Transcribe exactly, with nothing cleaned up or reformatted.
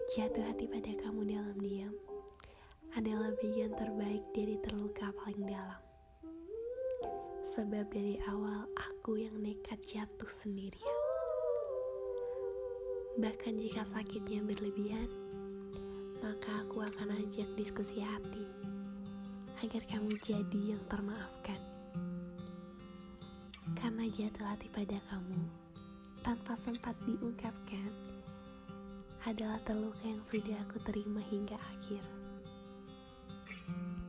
Jatuh hati pada kamu dalam diam adalah bagian terbaik dari terluka paling dalam. Sebab dari awal aku yang nekat jatuh sendirian. Bahkan jika sakitnya berlebihan, maka aku akan ajak diskusi hati agar kamu jadi yang termaafkan. Karena jatuh hati pada kamu tanpa sempat diungkapkan adalah terluka yang sudah aku terima hingga akhir.